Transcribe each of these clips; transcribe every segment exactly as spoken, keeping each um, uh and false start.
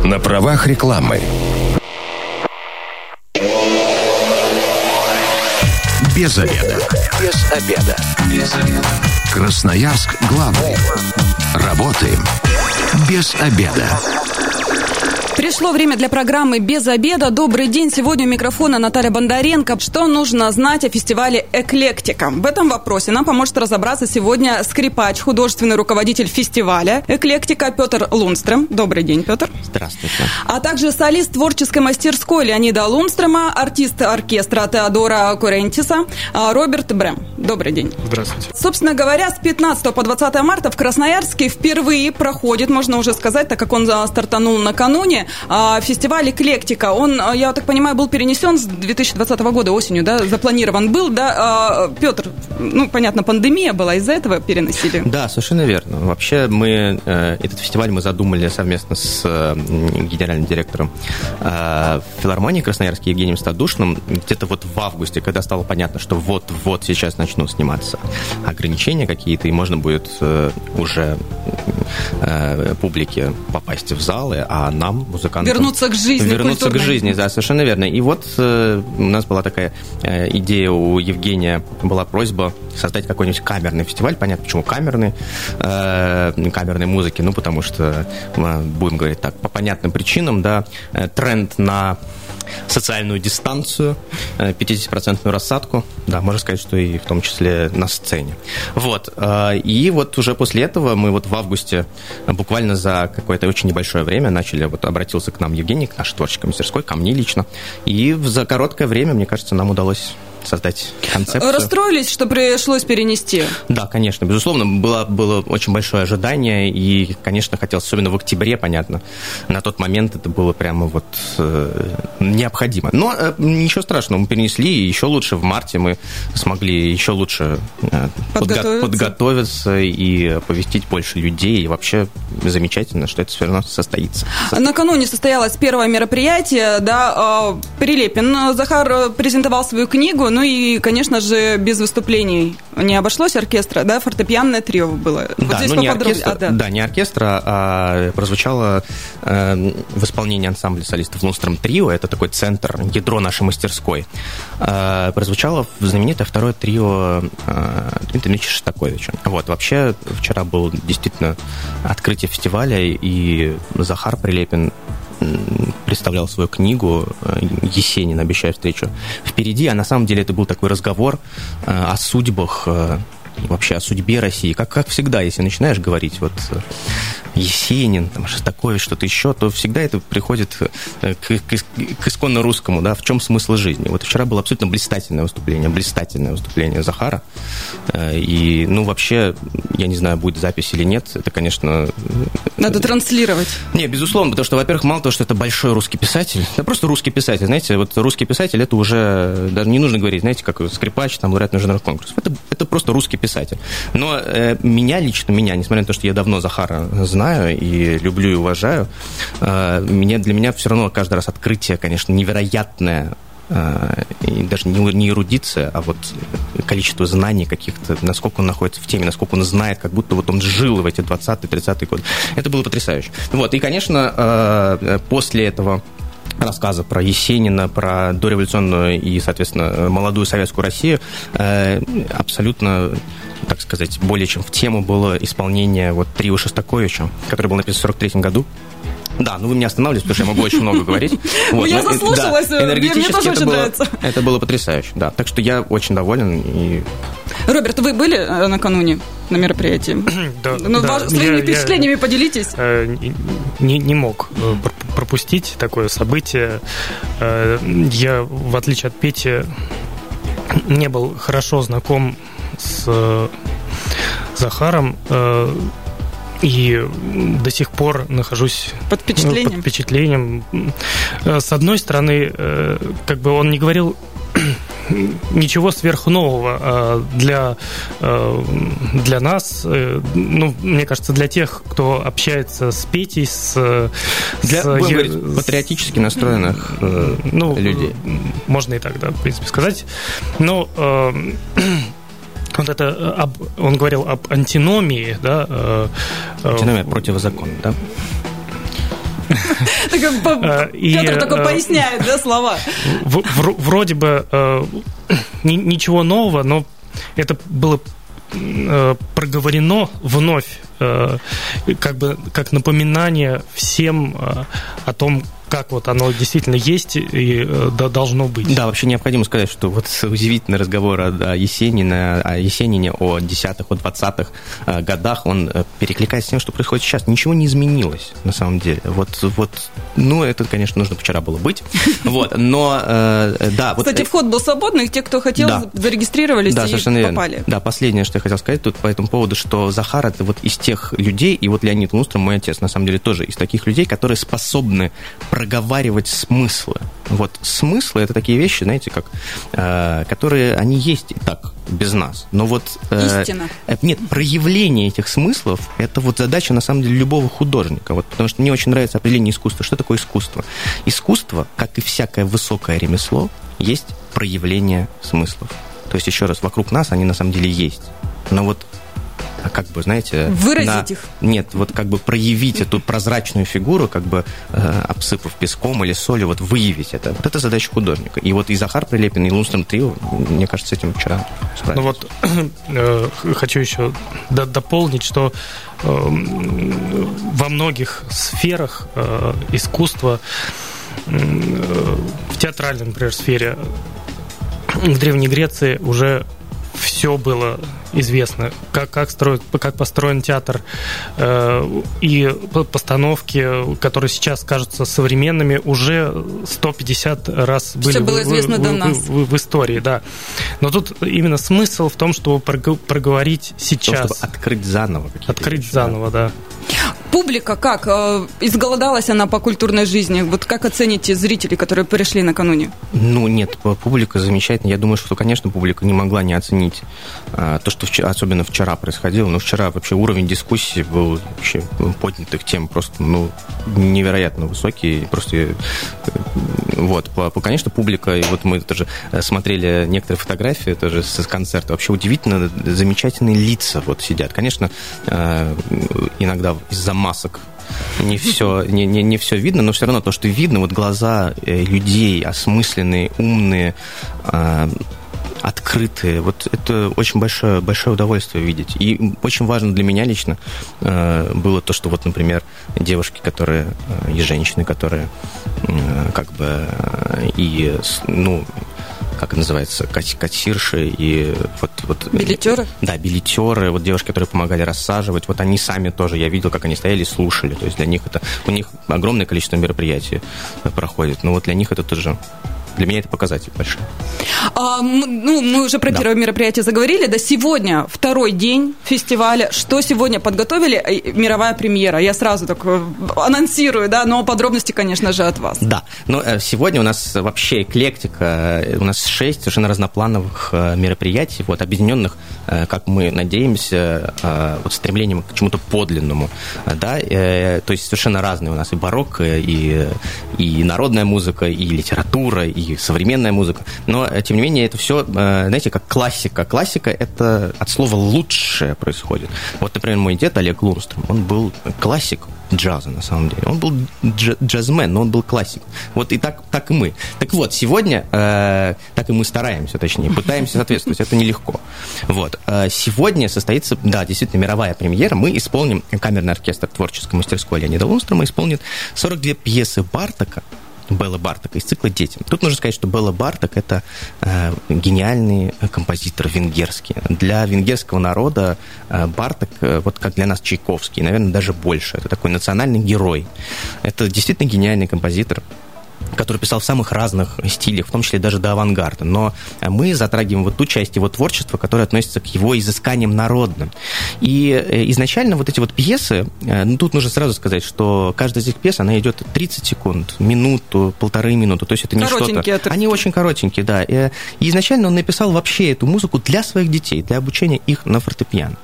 на правах рекламы. Без обеда. Без обеда. Без обеда. Красноярск главный. Работаем без обеда. Пришло время для программы «Без обеда». Добрый день. Сегодня у микрофона Наталья Бондаренко. Что нужно знать о фестивале «Эклектика»? В этом вопросе нам поможет разобраться сегодня скрипач, художественный руководитель фестиваля «Эклектика» Петр Лундстрем. Добрый день, Петр. Здравствуйте. А также солист творческой мастерской Леонида Лундстрема, артист оркестра Теодора Курентиса Роберт Брэм. Добрый день. Здравствуйте. Собственно говоря, с пятнадцатого по двадцатое марта в Красноярске впервые проходит, можно уже сказать, так как он стартанул накануне, фестиваль «Эклектика». Он, я так понимаю, был перенесен с две тысячи двадцатого года осенью, да, запланирован был, да. Петр, ну, понятно, пандемия была, из-за этого переносили? Да, совершенно верно. Вообще мы, этот фестиваль мы задумали совместно с генеральным директором филармонии Красноярска Евгением Стадушным где-то вот в августе, когда стало понятно, что вот-вот сейчас начнут сниматься ограничения какие-то, и можно будет уже публике попасть в залы, а нам, музыкантам... Вернуться к жизни. Вернуться к жизни, да, совершенно верно. И вот э, у нас была такая э, идея у Евгения, была просьба создать какой-нибудь камерный фестиваль. Понятно, почему камерный, э, камерной музыки, ну, потому что, э, будем говорить так, по понятным причинам, да, э, тренд на социальную дистанцию, пятидесятипроцентную рассадку, да, можно сказать, что и в том числе на сцене. Вот, и вот уже после этого мы вот в августе, буквально за какое-то очень небольшое время начали, вот обратился к нам Евгений, к нашей творческой мастерской, ко мне лично, и за короткое время, мне кажется, нам удалось создать концепцию. Расстроились, что пришлось перенести? Да, конечно, безусловно, было, было очень большое ожидание, и, конечно, хотелось, особенно в октябре, понятно, на тот момент это было прямо вот э, необходимо. Но э, ничего страшного, мы перенесли, и еще лучше в марте мы смогли еще лучше э, подготовиться. подготовиться и оповестить больше людей, и вообще замечательно, что это все равно состоится. Накануне состоялось первое мероприятие, да, Прилепин Захар презентовал свою книгу. Ну и, конечно же, без выступлений не обошлось оркестра, да, фортепианное трио было. Да, вот здесь ну, не оркестр, а, да. да, не оркестра, а прозвучало э, в исполнении ансамбля солистов Лундстрем трио, это такой центр, ядро нашей мастерской, э, прозвучало знаменитое второе трио э, Дмитрия Ильича Шостаковича. Вот, вообще, вчера было действительно открытие фестиваля, и Захар Прилепин представлял свою книгу «Есенин. Обещаю встречу впереди», а на самом деле это был такой разговор о судьбах, вообще о судьбе России. Как, как всегда, если начинаешь говорить вот Есенин, там, Шостакович, что-то еще, то всегда это приходит к, к, к исконно русскому, да, в чем смысл жизни. Вот вчера было абсолютно блистательное выступление, блистательное выступление Захара. И, ну, вообще, я не знаю, будет запись или нет, это, конечно... Надо транслировать. Не, безусловно, потому что, во-первых, мало того, что это большой русский писатель, это просто русский писатель, знаете, вот русский писатель, это уже, даже не нужно говорить, знаете, как скрипач, там, лауреат международных конкурсов, это, это просто русский писатель. Но э, меня, лично меня, несмотря на то, что я давно Захара знаю, и люблю и уважаю, меня, для меня все равно каждый раз открытие, конечно, невероятное, и даже не эрудиция, а вот количество знаний каких-то, насколько он находится в теме, насколько он знает, как будто вот он жил в эти двадцатые-тридцатые годы. Это было потрясающе. Вот, и, конечно, после этого рассказа про Есенина, про дореволюционную и, соответственно, молодую советскую Россию, абсолютно, так сказать, более чем в тему было исполнение вот трио Шостаковича, который был написан в сорок третьем году. Да, ну вы меня останавливаете, потому что я могу очень много говорить. Вот. Я заслушалась, да, мне тоже очень было, нравится. Это было потрясающе, да. Так что я очень доволен. И... Роберт, вы были накануне на мероприятии? Да, ну, да. Своими я, впечатлениями я, поделитесь. Не, не мог пропустить такое событие. Я, в отличие от Пети, не был хорошо знаком с Захаром. И до сих пор нахожусь под впечатлением. под впечатлением. С одной стороны, как бы он не говорил ничего сверхнового для, для нас, ну, мне кажется, для тех, кто общается с Петей, с... Для, с будем говорить, патриотически настроенных ну, людей. Можно и так, да, в принципе, сказать. Но... Вот это, он говорил об антиномии, да? Антиномия, противозакон, да? Петр такой поясняет, да, слова. Вроде бы ничего нового, но это было проговорено вновь, как бы как напоминание всем о том, как вот оно действительно есть и должно быть. Да, вообще необходимо сказать, что вот удивительный разговор о Есенине, о Есенине, о десятых, о двадцатых годах, он перекликается с тем, что происходит сейчас. Ничего не изменилось, на самом деле. Вот, вот, ну, это, конечно, нужно вчера было быть. Вот, но, да. Кстати, вот, вход был свободный, те, кто хотел, да, зарегистрировались, да, и попали. Да, последнее, что я хотел сказать тут по этому поводу, что Захар — это вот из тех людей, и вот Леонид Лунстром, мой отец, на самом деле, тоже из таких людей, которые способны проговаривать смыслы. Вот смыслы — это такие вещи, знаете, как, э, которые, они есть и так, без нас. Но вот... Э, Истина. Э, нет, проявление этих смыслов — это вот задача, на самом деле, любого художника. Вот, потому что мне очень нравится определение искусства. Что такое искусство? Искусство, как и всякое высокое ремесло, есть проявление смыслов. То есть, еще раз, вокруг нас они, на самом деле, есть. Но вот как бы, знаете... Выразить на... их. Нет, вот как бы проявить эту прозрачную фигуру, как бы э, обсыпав песком или солью, вот выявить это. Вот это задача художника. И вот и Захар Прилепин, и Лунстром трио, мне кажется, с этим вчера справились. Ну вот, э, хочу еще д- дополнить, что э, во многих сферах э, искусства, э, в театральной, например, сфере, в Древней Греции уже все было известно, как, как, строят, как построен театр, э, и постановки, которые сейчас кажутся современными, уже сто пятьдесят раз были все было известно в, до в, нас. В, в, в истории, да. Но тут именно смысл в том, чтобы проговорить сейчас. Чтобы открыть заново. Открыть вещи, заново, да. да. Публика как? Изголодалась она по культурной жизни? Вот как оцените зрителей, которые пришли накануне? Ну, нет, публика замечательная. Я думаю, что, конечно, публика не могла не оценить а, то, что вчера, особенно вчера происходило. Но вчера вообще уровень дискуссии был вообще поднятых тем просто, ну, невероятно высокий. Просто, вот, конечно, публика, и вот мы тоже смотрели некоторые фотографии тоже с концерта. Вообще удивительно замечательные лица вот сидят. Конечно, иногда из-за масок не все, не, не, не все видно, но все равно то, что видно, вот глаза людей осмысленные, умные, э, открытые, вот это очень большое, большое удовольствие видеть. И очень важно для меня лично э, было то, что вот, например, девушки, которые, э, и женщины, которые э, как бы э, и, ну, как это называется, кассирши и вот... вот билетеры? Да, билетеры, вот девушки, которые помогали рассаживать, вот они сами тоже, я видел, как они стояли и слушали, то есть для них это, у них огромное количество мероприятий проходит, но вот для них это тоже... Для меня это показатель большой. А, ну, мы уже про да. первое мероприятие заговорили. Да, сегодня второй день фестиваля. Что сегодня подготовили? Мировая премьера. Я сразу так анонсирую, да, но подробности, конечно же, от вас. Да, но сегодня у нас вообще эклектика. У нас шесть совершенно разноплановых мероприятий, вот, объединенных, как мы надеемся, вот, стремлением к чему-то подлинному. Да? То есть совершенно разные у нас и барокко, и, и народная музыка, и литература, и и современная музыка, но, тем не менее, это все, знаете, как классика. Классика — это от слова «лучшее» происходит. Вот, например, мой дед Олег Лунстром, он был классик джаза, на самом деле. Он был дж- джазмен, но он был классик. Вот и так, так и мы. Так вот, сегодня, э, так и мы стараемся, точнее, пытаемся соответствовать, это нелегко. Вот. Сегодня состоится, да, действительно, мировая премьера. Мы исполним, камерный оркестр творческой мастерской Леонида Лунстрома исполнит сорок две пьесы Бартока, Белла Бартока из цикла «Детям». Тут нужно сказать, что Белла Барток – это э, гениальный композитор венгерский. Для венгерского народа э, Барток, э, вот как для нас Чайковский, наверное, даже больше. Это такой национальный герой. Это действительно гениальный композитор, который писал в самых разных стилях, в том числе даже до авангарда. Но мы затрагиваем вот ту часть его творчества, которая относится к его изысканиям народным. И изначально вот эти вот пьесы, ну, тут нужно сразу сказать, что каждая из этих пьес, она идет тридцать секунд, минуту, полторы минуты, то есть это не что-то. Отрывки. Они очень коротенькие, да. И изначально он написал вообще эту музыку для своих детей, для обучения их на фортепиано.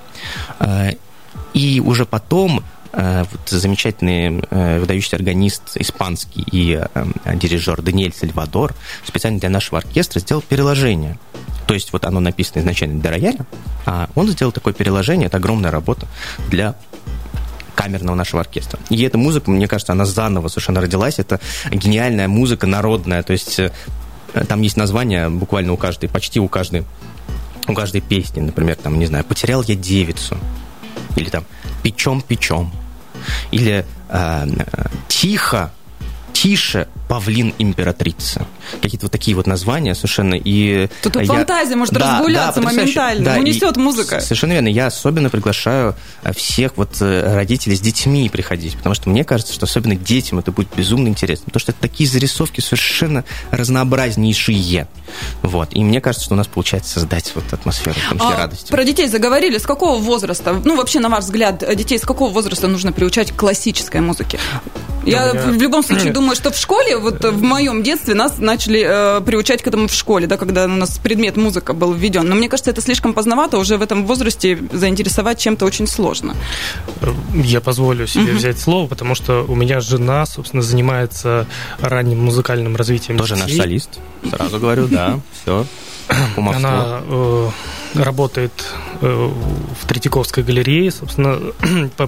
И уже потом вот замечательный э, выдающийся органист испанский и э, дирижер Даниэль Сальвадор специально для нашего оркестра сделал переложение. То есть вот оно написано изначально для рояля, а он сделал такое переложение, это огромная работа для камерного нашего оркестра. И эта музыка, мне кажется, она заново совершенно родилась. Это гениальная музыка народная. То есть там есть название буквально у каждой, почти у каждой, у каждой песни. Например, там, не знаю, «Потерял я девицу». Или там «Печем-печем». Или э, «Тихо, тише, павлин императрица». Какие-то вот такие вот названия совершенно. И тут я... фантазия может да, разгуляться да, моментально, да, унесет музыка. Совершенно верно. Я особенно приглашаю всех вот родителей с детьми приходить, потому что мне кажется, что особенно детям это будет безумно интересно, потому что это такие зарисовки совершенно разнообразнейшие. Вот. И мне кажется, что у нас получается создать вот атмосферу, в том числе, а, радости. Про детей заговорили. С какого возраста, ну, вообще, на ваш взгляд, детей с какого возраста нужно приучать к классической музыке? Я, я в любом случае думаю, что в школе, вот в моем детстве нас начали э, приучать к этому в школе, да, когда у нас предмет музыка был введен. Но мне кажется, это слишком поздновато, уже в этом возрасте заинтересовать чем-то очень сложно. Я позволю себе uh-huh. взять слово, потому что у меня жена, собственно, занимается ранним музыкальным развитием Тоже детей. Наш солист, сразу говорю, да, все. Она э, работает э, в Третьяковской галерее, собственно, по...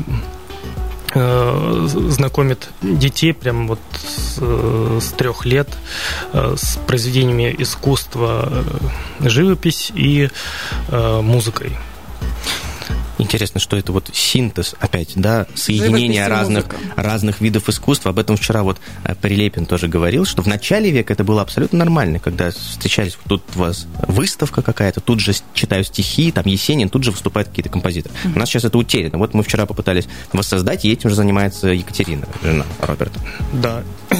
знакомит детей прямо вот с, с трех лет с произведениями искусства, живопись и э, музыкой. Интересно, что это вот синтез, опять, да, соединение разных, разных видов искусства. Об этом вчера вот Прилепин тоже говорил, что в начале века это было абсолютно нормально, когда встречались, тут у вас выставка какая-то, тут же читаю стихи, там Есенин, тут же выступают какие-то композиторы. У нас сейчас это утеряно. Вот мы вчера попытались воссоздать, и этим же занимается Екатерина, жена Роберта. Да.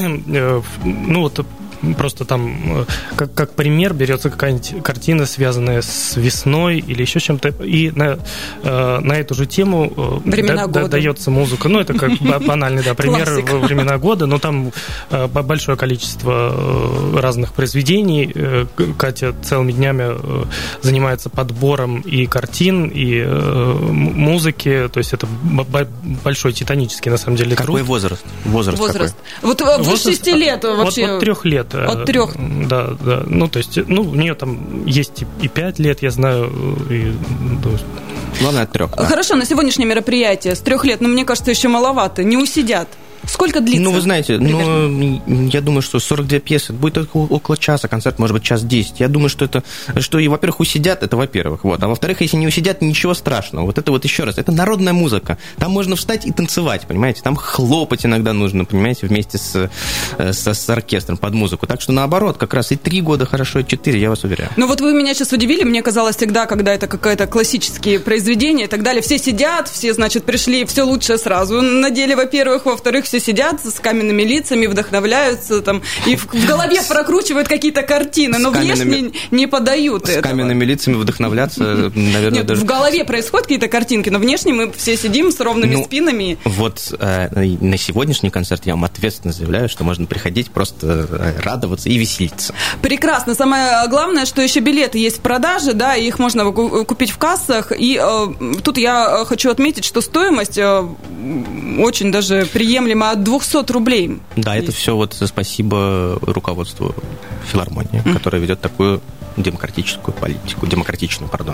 Ну вот... Просто там, как, как пример, берется какая-нибудь картина, связанная с весной или еще чем-то, и на, на эту же тему да, да, дается музыка. Ну, это как банальный да, пример во времена года, но там большое количество разных произведений. Катя целыми днями занимается подбором и картин, и музыки, то есть это большой титанический, на самом деле, труд. Какой возраст? Возраст, возраст. Какой? Вот выше шести лет вообще. От трех лет. От трех. Да, да. Ну, то есть, ну, у нее там есть и пять лет, я знаю. И, ну, главное, от трех. Да. Хорошо, на сегодняшнее мероприятие с трех лет, но мне кажется, еще маловато. Не усидят. Сколько длится? Ну, вы знаете, ну, я думаю, что сорок две пьесы, будет около часа, концерт может быть час десять. Я думаю, что это, что и, во-первых, усидят, это во-первых, вот, а во-вторых, если не усидят, ничего страшного. Вот это вот еще раз, это народная музыка. Там можно встать и танцевать, понимаете, там хлопать иногда нужно, понимаете, вместе с, с, с оркестром под музыку. Так что наоборот, как раз и три года хорошо, и четыре, я вас уверяю. Ну, вот вы меня сейчас удивили, мне казалось всегда, когда это какое-то классические произведения и так далее, все сидят, все, значит, пришли, все лучшее сразу надели, во-первых, во-вторых, все сидят с каменными лицами, вдохновляются там, и в, в голове прокручивают какие-то картины, но внешне не подают с этого. С каменными лицами вдохновляться, наверное, Нет, даже... в голове происходят какие-то картинки, но внешне мы все сидим с ровными ну, спинами. Вот э, на сегодняшний концерт я вам ответственно заявляю, что можно приходить, просто радоваться и веселиться. Прекрасно. Самое главное, что еще билеты есть в продаже, да, и их можно купить в кассах, и э, тут я хочу отметить, что стоимость э, очень даже приемлема, от двухсот рублей. Да, это все вот спасибо руководству филармонии, mm. которое ведет такую демократическую политику, демократичную, пардон.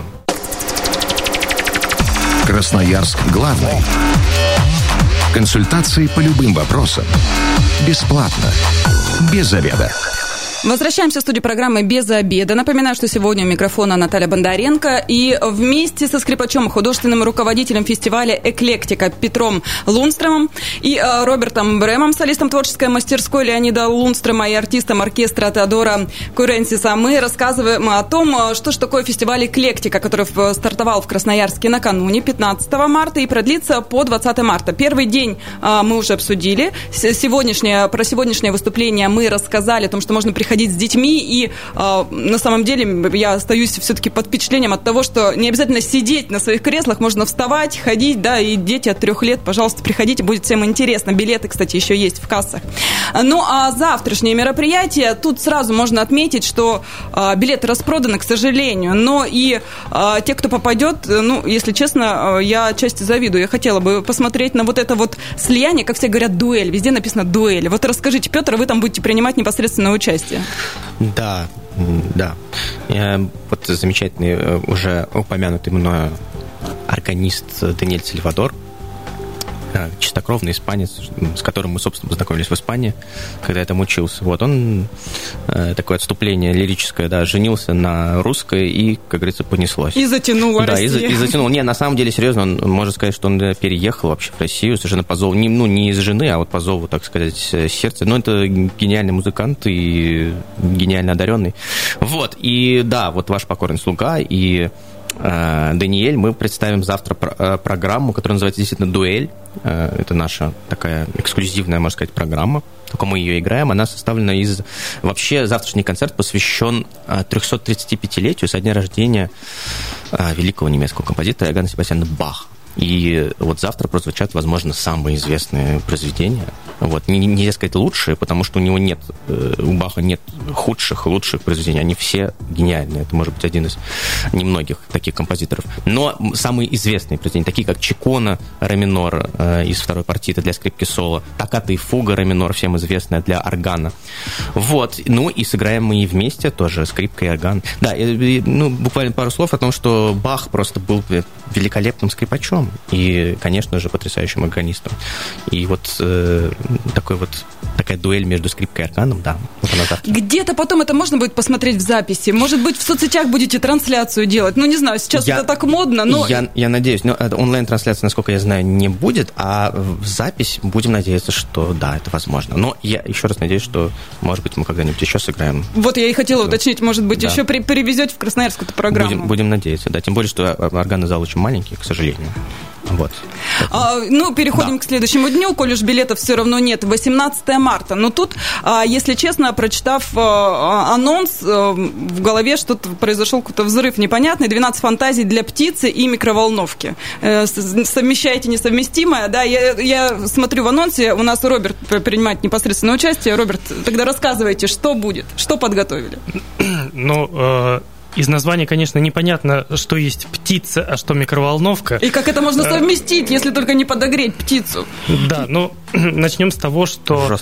Красноярск главный. Консультации по любым вопросам. Бесплатно. Без заведа. Возвращаемся в студию программы «Без обеда». Напоминаю, что сегодня у микрофона Наталья Бондаренко. И вместе со скрипачом, художественным руководителем фестиваля «Эклектика» Петром Лунстромом и э, Робертом Бремом, солистом творческой мастерской Леонида Лунстрома и артистом оркестра Теодора Куренсиса, мы рассказываем о том, что же такое фестиваль «Эклектика», который стартовал в Красноярске накануне пятнадцатого марта и продлится по двадцатое марта. Первый день э, мы уже обсудили. Сегодняшнее, про сегодняшнее выступление мы рассказали о том, что можно приходить ходить с детьми, и э, на самом деле я остаюсь все-таки под впечатлением от того, что не обязательно сидеть на своих креслах, можно вставать, ходить, да, и дети от трех лет, пожалуйста, приходите, будет всем интересно. Билеты, кстати, еще есть в кассах. Ну, а завтрашнее мероприятие, тут сразу можно отметить, что э, билеты распроданы, к сожалению, но и э, те, кто попадет, ну, если честно, э, я отчасти завидую. Я хотела бы посмотреть на вот это вот слияние, как все говорят, дуэль. Везде написано дуэль. Вот расскажите, Петр, вы там будете принимать непосредственное участие. Да, да. Вот замечательный, уже упомянутый мною органист Даниэль Сальвадор чистокровный испанец, с которым мы, собственно, познакомились в Испании, когда я там учился. Вот он, такое отступление лирическое, да, женился на русской и, как говорится, понеслось. И затянул Да, и, Россию. и затянул. Не, на самом деле, серьезно, он, можно сказать, что он переехал вообще в Россию совершенно по зову, не, ну, не из жены, а вот по зову, так сказать, сердца. Но это гениальный музыкант и гениально одаренный. Вот, и да, вот ваш покорный слуга и э, Даниэль, мы представим завтра про- программу, которая называется действительно «Дуэль». Э, это наша такая эксклюзивная, можно сказать, программа. Только мы ее играем. Она составлена из... Вообще, завтрашний концерт посвящен трехсот тридцатипятилетию со дня рождения э, великого немецкого композитора Иоганна Себастьяна Баха. И вот завтра прозвучат, возможно, самые известные произведения. Вот. Нельзя сказать лучшие, потому что у него нет, у Баха нет худших и лучших произведений. Они все гениальные. Это может быть один из немногих таких композиторов. Но самые известные произведения, такие как Чикона, ре минор э, из второй партиты для скрипки соло, Токката и фуга, ре минор, всем известная для органа. Вот. Ну и сыграем мы и вместе тоже, скрипка и орган. Да, и, ну, буквально пару слов о том, что Бах просто был великолепным скрипачом и, конечно же, потрясающим органистом. И вот э, такой вот, такая дуэль между скрипкой и органом, да, вот она завтра. Где-то потом это можно будет посмотреть в записи? Может быть, в соцсетях будете трансляцию делать? Ну, не знаю, сейчас я, это так модно, но... Я, я надеюсь, но онлайн-трансляции, насколько я знаю, не будет, а в запись будем надеяться, что да, это возможно. Но я еще раз надеюсь, что, может быть, мы когда-нибудь еще сыграем. Вот я и хотела уточнить, может быть, да. еще при, привезете в Красноярск эту программу? Будем, будем надеяться, да. Тем более, что органный зал очень маленький, к сожалению. Вот. А, ну, переходим да. к следующему дню, коль уж билетов все равно нет, восемнадцатое марта. Но тут, если честно, прочитав анонс, в голове что-то произошел какой-то взрыв непонятный. двенадцать фантазий для птицы и микроволновки. Совмещаете несовместимое, да? Я, я смотрю в анонсе, у нас Роберт принимает непосредственное участие. Роберт, тогда рассказывайте, что будет, что подготовили? Ну, э... из названия, конечно, непонятно, что есть птица, а что микроволновка. И как это можно совместить, если только не подогреть птицу? Да, ну, начнем с того, что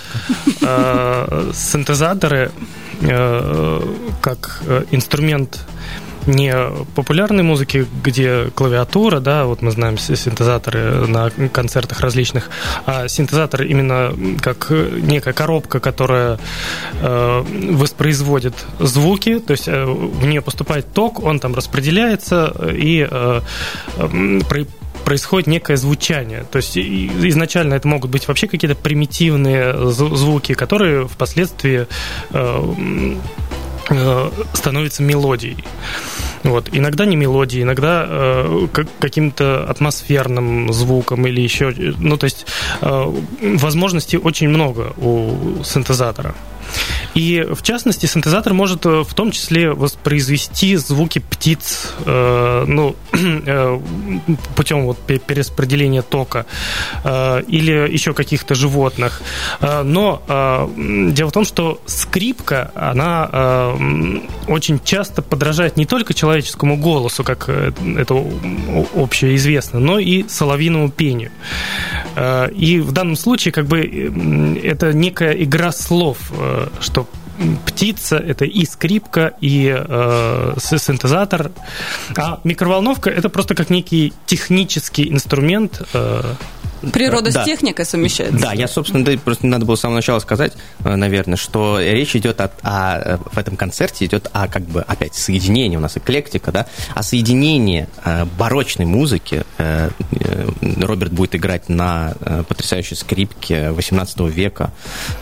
э, синтезаторы э, как инструмент не популярной музыки, где клавиатура, да, вот мы знаем синтезаторы на концертах различных, а синтезатор именно как некая коробка, которая э, воспроизводит звуки, то есть э, в нее поступает ток, он там распределяется и э, э, при происходит некое звучание. То есть изначально это могут быть вообще какие-то примитивные звуки, которые впоследствии э, становится мелодией. Вот. Иногда не мелодией, иногда э, каким-то атмосферным звуком или еще... Ну, то есть э, возможностей очень много у синтезатора. И, в частности, синтезатор может в том числе воспроизвести звуки птиц, э, ну, э, путем вот перераспределения тока э, или еще каких-то животных. Э, но э, дело в том, что скрипка, она э, очень часто подражает не только человеческому голосу, как это общеизвестно, но и соловьиному пению. Э, и в данном случае как бы это некая игра слов, что птица – это и скрипка, и э, синтезатор, а микроволновка – это просто как некий технический инструмент. Э, Природа да. с техникой совмещается. Да, я, собственно, да, просто надо было с самого начала сказать, наверное, что речь идет о, о, в этом концерте идет о, как бы, опять, соединении, у нас эклектика, да, о соединении барочной музыки. Роберт будет играть на потрясающей скрипке восемнадцатого века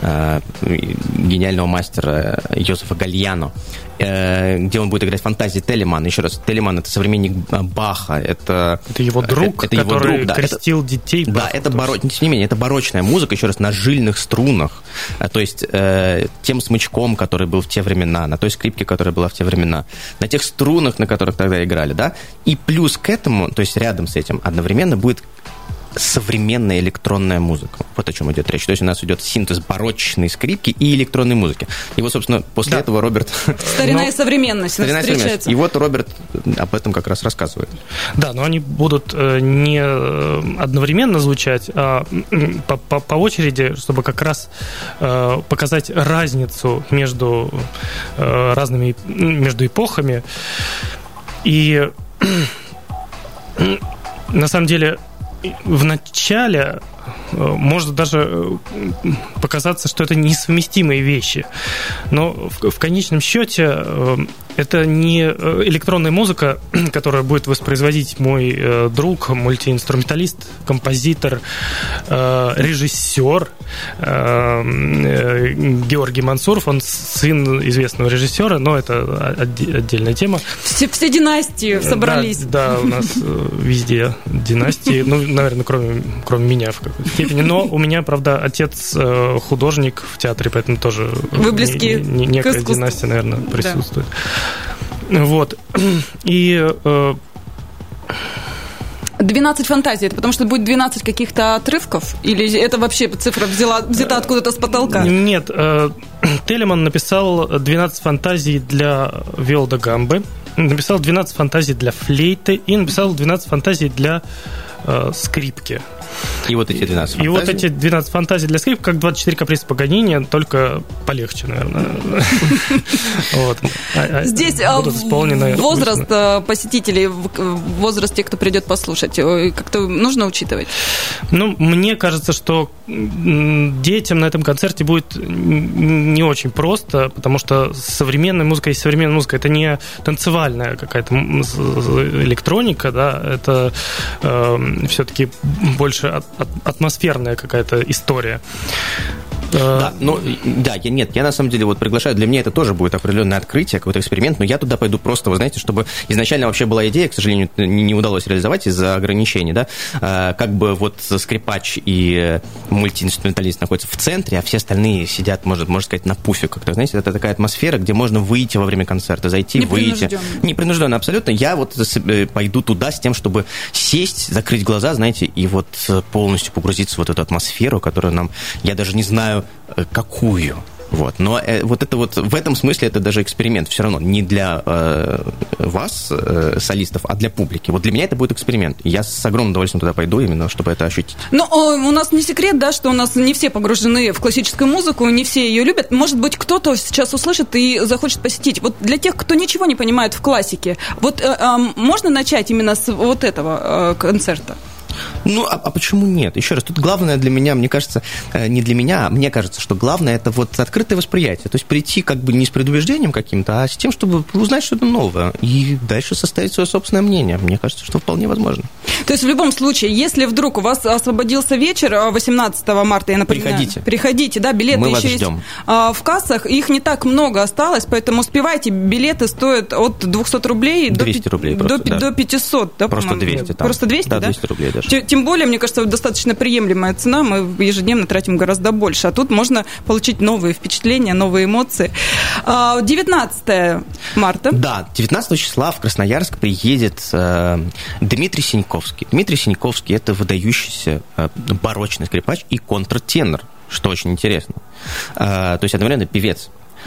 гениального мастера Йозефа Гальяно, где он будет играть фантазии Телемана. Еще раз, Телеман – это современник Баха. Это, это его друг, это, это который его друг, крестил да, детей. Да, Баха, это, боро... тем не менее, это барочная музыка, еще раз, на жильных струнах. То есть э, тем смычком, который был в те времена, на той скрипке, которая была в те времена, на тех струнах, на которых тогда играли, да. И плюс к этому, то есть рядом с этим одновременно будет современная электронная музыка. Вот о чем идет речь. То есть у нас идет синтез барочной скрипки и электронной музыки. И вот, собственно, после да. этого Роберт... Старина и современность Старина встречается. И вот Роберт об этом как раз рассказывает. Да, но они будут не одновременно звучать, а по, по, по очереди, чтобы как раз показать разницу между разными, между эпохами. И на самом деле в начале может даже показаться, что это несовместимые вещи. Но в, в конечном счете это не электронная музыка, которая будет воспроизводить мой друг, мультиинструменталист, композитор, режиссер Георгий Мансуров. Он сын известного режиссера, но это отдельная тема. Все, все династии собрались. Да, да, у нас везде династии. Ну, наверное, кроме, кроме меня в какой-то степени. Но у меня, правда, отец художник в театре, поэтому тоже Вы близки не, не, некая к искусству. Династия, наверное, присутствует. Да. Вот. И... двенадцать фантазий, это потому что будет двенадцать каких-то отрывков? Или это вообще цифра взяла, взята откуда-то с потолка? Нет, Телеман написал двенадцать фантазий для виол да гамбы, написал двенадцать фантазий для флейты и написал двенадцать фантазий для э, скрипки. И вот эти двенадцать фантазий. И вот эти двенадцать фантазий для скрипки, как двадцать четыре каприса Паганини, только полегче, наверное. Здесь возраст посетителей, возраст тех, кто придет послушать, как-то нужно учитывать? Ну, мне кажется, что детям на этом концерте будет не очень просто, потому что современная музыка есть современная музыка. Это не танцевальная какая-то электроника, да, это все-таки больше атмосферная какая-то история. Да, ну, да, я, нет, я на самом деле вот приглашаю, для меня это тоже будет определенное открытие, какой-то эксперимент, но я туда пойду просто, вы знаете, чтобы изначально вообще была идея, к сожалению, не, не удалось реализовать из-за ограничений, да, а, как бы вот скрипач и мультиинструменталист находятся в центре, а все остальные сидят, может, можно сказать, на пуфе как-то, знаете, это такая атмосфера, где можно выйти во время концерта, зайти, выйти. Непринужденно, абсолютно. Я вот пойду туда с тем, чтобы сесть, закрыть глаза, знаете, и вот полностью погрузиться в вот эту атмосферу, которую нам, я даже не знаю, какую. Вот. Но э, вот это вот в этом смысле это даже эксперимент все равно не для э, вас, э, солистов, а для публики. Вот для меня это будет эксперимент. Я с огромным удовольствием туда пойду именно, чтобы это ощутить. Ну, у нас не секрет, да, что у нас не все погружены в классическую музыку, не все ее любят. Может быть, кто-то сейчас услышит и захочет посетить. Вот для тех, кто ничего не понимает в классике, вот э, э, можно начать именно с вот этого э, концерта? Ну, а, а почему нет? Еще раз, тут главное для меня, мне кажется, не для меня, а мне кажется, что главное это вот открытое восприятие. То есть прийти как бы не с предубеждением каким-то, а с тем, чтобы узнать что-то новое и дальше составить свое собственное мнение. Мне кажется, что вполне возможно. То есть в любом случае, если вдруг у вас освободился вечер восемнадцатого марта, я напоминаю, приходите. Приходите, да, билеты Мы еще вас есть ждем. в кассах, их не так много осталось, поэтому успевайте, билеты стоят от двухсот рублей двести до, рублей просто, до, да. до пятисот, да, просто по-моему? двести там. Просто двести, да? Да, двести рублей даже. Тем более, мне кажется, достаточно приемлемая цена, мы ежедневно тратим гораздо больше, а тут можно получить новые впечатления, новые эмоции. девятнадцатого марта. Да, девятнадцатого числа в Красноярск приедет э, Дмитрий Синьковский. Дмитрий Синьковский – это выдающийся э, барочный скрипач и контртенор, что очень интересно. Э, то есть одновременно певец.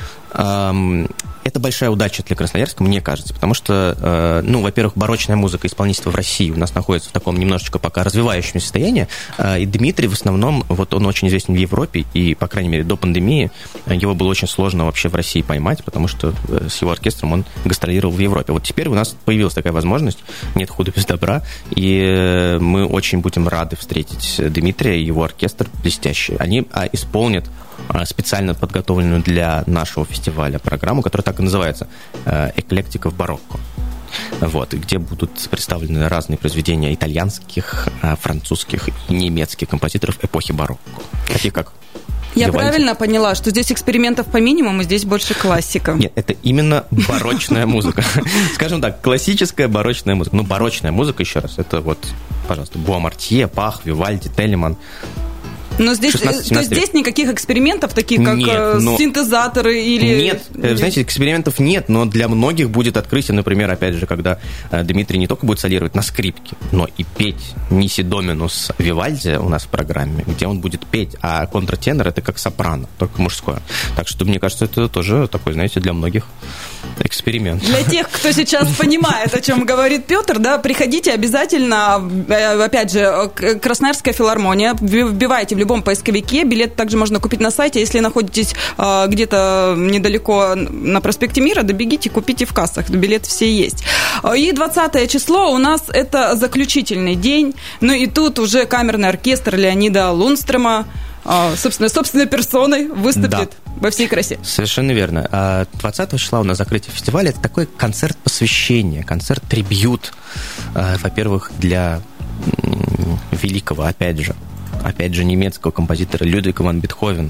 Это большая удача для Красноярска, мне кажется, потому что, ну, во-первых, барочная музыка, исполнительство в России у нас находится в таком немножечко пока развивающемся состоянии, и Дмитрий в основном, вот он очень известен в Европе, и, по крайней мере, до пандемии его было очень сложно вообще в России поймать, потому что с его оркестром он гастролировал в Европе. Вот теперь у нас появилась такая возможность, нет худа без добра, и мы очень будем рады встретить Дмитрия и его оркестр блестящий. Они исполнят специально подготовленную для нашего фестиваля программу, которая так и называется «Эклектика в барокко». Вот, где будут представлены разные произведения итальянских, французских и немецких композиторов эпохи барокко. Такие как Я Вивальди. Правильно поняла, что здесь экспериментов по минимуму, здесь больше классика. Нет, это именно барочная музыка. Скажем так, классическая барочная музыка. Ну, барочная музыка, еще раз, это вот, пожалуйста, Буамартье, Пах, Вивальди, Телеман. Но здесь, то есть здесь никаких экспериментов, таких как нет, но... синтезаторы или... Нет, знаете, экспериментов нет, но для многих будет открытие, например, опять же, когда Дмитрий не только будет солировать на скрипке, но и петь Ниси Доминус Вивальди у нас в программе, где он будет петь, а контртенор это как сопрано, только мужское. Так что, мне кажется, это тоже такой, знаете, для многих эксперимент. Для тех, кто сейчас понимает, о чем говорит Петр, да, приходите обязательно, опять же, Красноярская филармония, вбивайте в любом поисковике. Билет также можно купить на сайте. Если находитесь где-то недалеко на проспекте Мира, добегите, купите в кассах. Билеты все есть. И двадцатое число у нас это заключительный день. Ну и тут уже камерный оркестр Леонида Лундстрома собственно, собственной персоной выступит да. во всей красе. Совершенно верно. двадцатого числа у нас закрытие фестиваля. Это такой концерт посвящения, концерт-трибьют, во-первых, для великого, опять же, опять же, немецкого композитора Людвига ван Бетховена,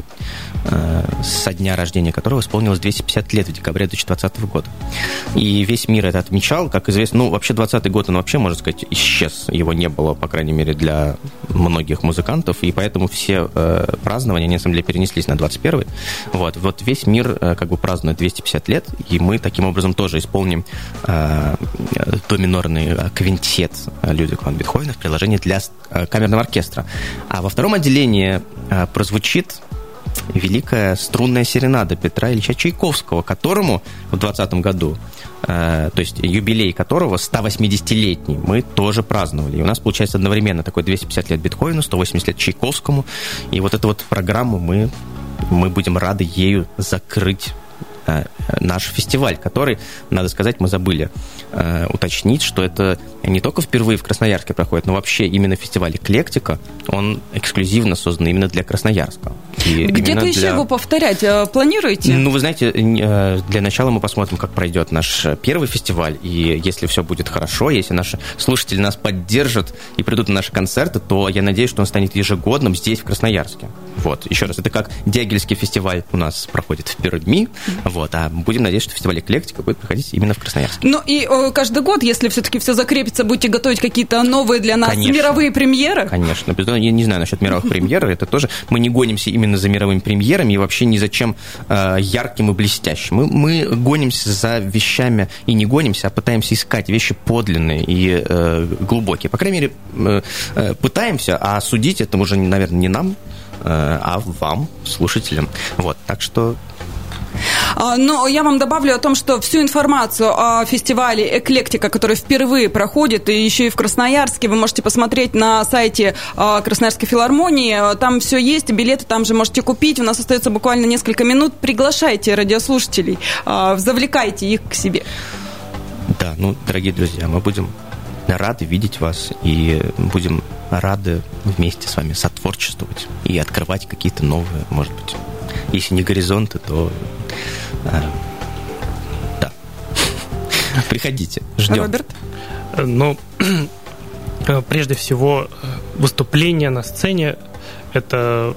со дня рождения которого исполнилось двести пятьдесят лет в декабре две тысячи двадцатого года. И весь мир это отмечал, как известно. Ну, вообще, двадцатый год, он вообще, можно сказать, исчез. Его не было, по крайней мере, для многих музыкантов, и поэтому все э, празднования, они, на самом деле, перенеслись на двадцать первый. Вот, вот весь мир э, как бы празднует двести пятьдесят лет, и мы таким образом тоже исполним э, до минорный квинтет Людвига ван Бетховена в приложении для э, камерного оркестра. А во втором отделении э, прозвучит великая струнная серенада Петра Ильича Чайковского, которому в двадцатом году, э, то есть юбилей которого сто восьмидесятилетний, мы тоже праздновали. И у нас получается одновременно такой двести пятьдесят лет Бетховену, сто восемьдесят лет Чайковскому. И вот эту вот программу мы, мы будем рады ею закрыть э, наш фестиваль, который, надо сказать, мы забыли э, уточнить, что это не только впервые в Красноярске проходит, но вообще именно фестиваль «Эклектика», он эксклюзивно создан именно для Красноярска. И где-то еще для... его повторять планируете? Ну, вы знаете, для начала мы посмотрим, как пройдет наш первый фестиваль, и если все будет хорошо, если наши слушатели нас поддержат и придут на наши концерты, то я надеюсь, что он станет ежегодным здесь, в Красноярске. Вот, еще раз, это как Дягильский фестиваль у нас проходит в Перми, вот, а будем надеяться, что фестиваль «Эклектика» будет проходить именно в Красноярске. Ну, и каждый год, если все-таки все закрепится, будете готовить какие-то новые для нас Конечно. мировые премьеры? Конечно, я не знаю насчет мировых премьер, это тоже, мы не гонимся именно за мировыми премьерами и вообще ни за чем э, ярким и блестящим. Мы, мы гонимся за вещами и не гонимся, а пытаемся искать вещи подлинные и э, глубокие. По крайней мере, э, э, пытаемся, а судить это уже, наверное, не нам, э, а вам, слушателям. Вот, так что... Но я вам добавлю о том, что всю информацию о фестивале «Эклектика», который впервые проходит, и еще и в Красноярске, вы можете посмотреть на сайте Красноярской филармонии. Там все есть, билеты там же можете купить. У нас остается буквально несколько минут. Приглашайте радиослушателей, завлекайте их к себе. Да, ну, дорогие друзья, мы будем рады видеть вас и будем рады вместе с вами сотворчествовать и открывать какие-то новые, может быть, если не горизонты, то а, да. Приходите, ждем. Роберт? Ну, прежде всего, выступление на сцене – это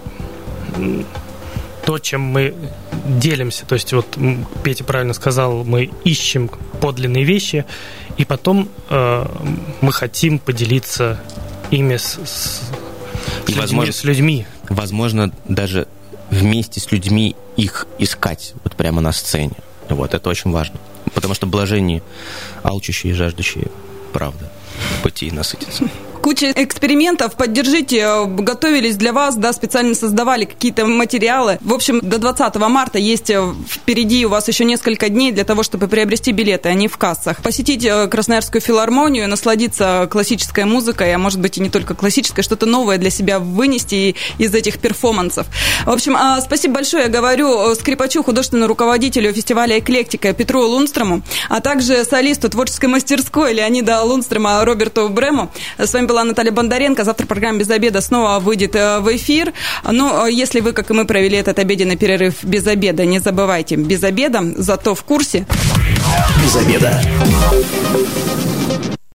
то, чем мы делимся. То есть, вот Петя правильно сказал, мы ищем подлинные вещи, и потом э, мы хотим поделиться ими с, с, и с, возможно, людьми, с людьми. Возможно, даже вместе с людьми их искать вот прямо на сцене. Вот, это очень важно. Потому что блаженнее алчущие и жаждущие, правда, пути насытиться. Куча экспериментов, поддержите, готовились для вас, да, специально создавали какие-то материалы. В общем, до двадцатого марта есть впереди у вас еще несколько дней для того, чтобы приобрести билеты, они в кассах. Посетить Красноярскую филармонию, насладиться классической музыкой, а может быть и не только классической, что-то новое для себя вынести из этих перформансов. В общем, спасибо большое, я говорю скрипачу, художественному руководителю фестиваля «Эклектика» Петру Лунстрому, а также солисту творческой мастерской Леонида Лундстрома Роберту Брему. С вами была Наталья Бондаренко. Завтра программа «Без обеда» снова выйдет в эфир. Но если вы, как и мы, провели этот обеденный перерыв без обеда, не забывайте, без обеда, зато в курсе. Без обеда.